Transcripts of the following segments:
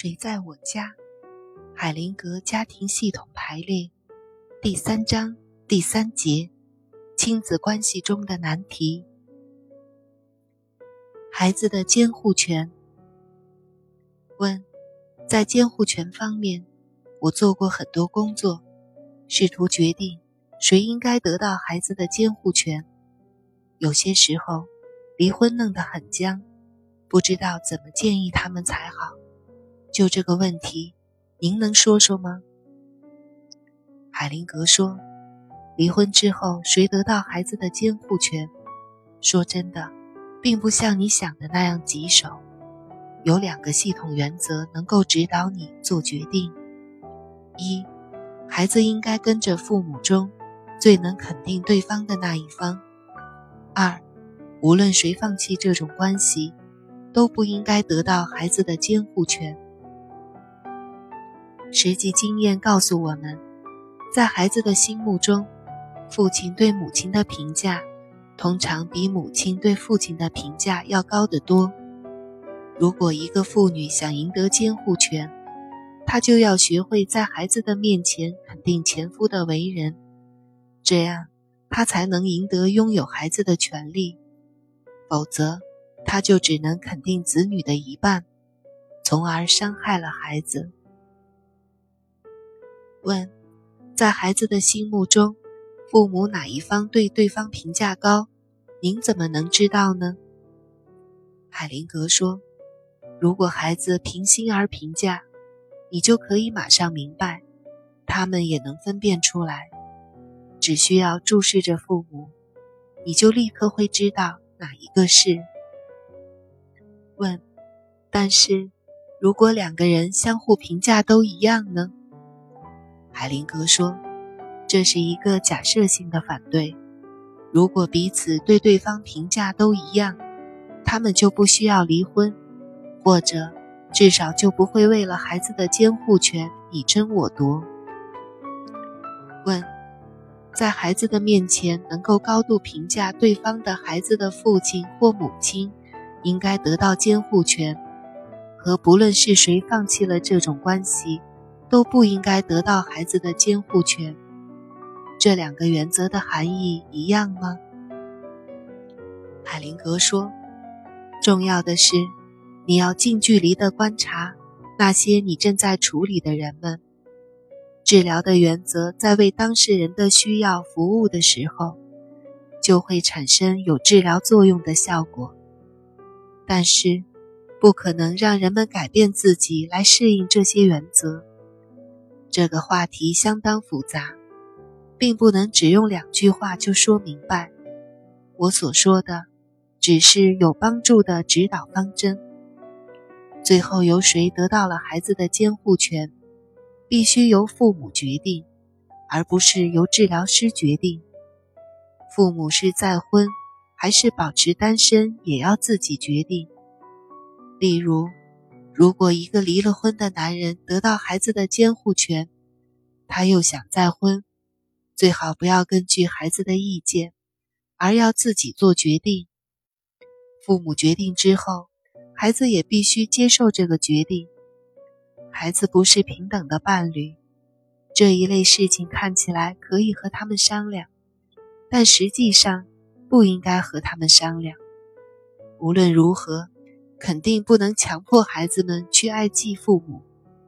谁在我家？海灵格家庭系统排列第3章第3节，亲子关系中的难题。孩子的监护权。问：在监护权方面，我做过很多工作，试图决定谁应该得到孩子的监护权。有些时候，离婚弄得很僵，不知道怎么建议他们才好。就这个问题，您能说说吗？海灵格说，离婚之后谁得到孩子的监护权，说真的，并不像你想的那样棘手。有2个系统原则能够指导你做决定。1，孩子应该跟着父母中最能肯定对方的那一方。2，无论谁放弃这种关系，都不应该得到孩子的监护权。实际经验告诉我们，在孩子的心目中，父亲对母亲的评价通常比母亲对父亲的评价要高得多。如果一个妇女想赢得监护权，她就要学会在孩子的面前肯定前夫的为人，这样她才能赢得拥有孩子的权利。否则，她就只能肯定子女的一半，从而伤害了孩子。问：在孩子的心目中，父母哪一方对对方评价高，您怎么能知道呢？海灵格说，如果孩子平心而评价，你就可以马上明白，他们也能分辨出来。只需要注视着父母，你就立刻会知道哪一个是。问：但是如果2个人相互评价都一样呢？海灵格说，这是一个假设性的反对。如果彼此对对方评价都一样，他们就不需要离婚，或者至少就不会为了孩子的监护权你争我夺。问：在孩子的面前能够高度评价对方的孩子的父亲或母亲应该得到监护权，和不论是谁放弃了这种关系都不应该得到孩子的监护权，这2个原则的含义一样吗？海灵格说，重要的是你要近距离地观察那些你正在处理的人们。治疗的原则在为当事人的需要服务的时候，就会产生有治疗作用的效果。但是，不可能让人们改变自己来适应这些原则。这个话题相当复杂，并不能只用2句话就说明白。我所说的只是有帮助的指导方针。最后由谁得到了孩子的监护权，必须由父母决定，而不是由治疗师决定。父母是再婚还是保持单身也要自己决定。例如，如果一个离了婚的男人得到孩子的监护权，他又想再婚，最好不要根据孩子的意见，而要自己做决定。父母决定之后，孩子也必须接受这个决定。孩子不是平等的伴侣，这一类事情看起来可以和他们商量，但实际上不应该和他们商量。无论如何，肯定不能强迫孩子们去爱继父母。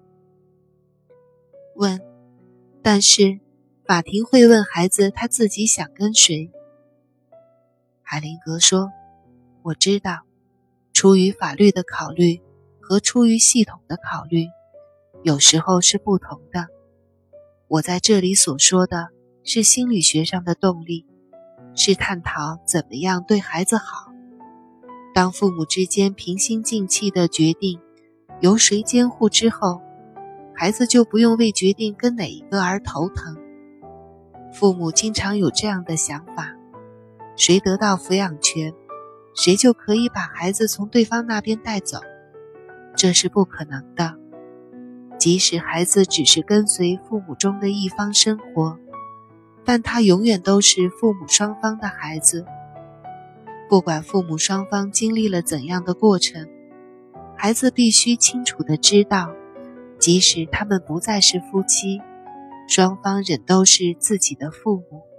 问：但是法庭会问孩子他自己想跟谁？海灵格说，我知道，出于法律的考虑和出于系统的考虑，有时候是不同的。我在这里所说的是心理学上的动力，是探讨怎么样对孩子好。当父母之间平心静气地决定由谁监护之后，孩子就不用为决定跟哪一个而头疼。父母经常有这样的想法，谁得到抚养权，谁就可以把孩子从对方那边带走。这是不可能的。即使孩子只是跟随父母中的一方生活，但他永远都是父母双方的孩子。不管父母双方经历了怎样的过程，孩子必须清楚地知道即使他们不再是夫妻，双方仍都是自己的父母。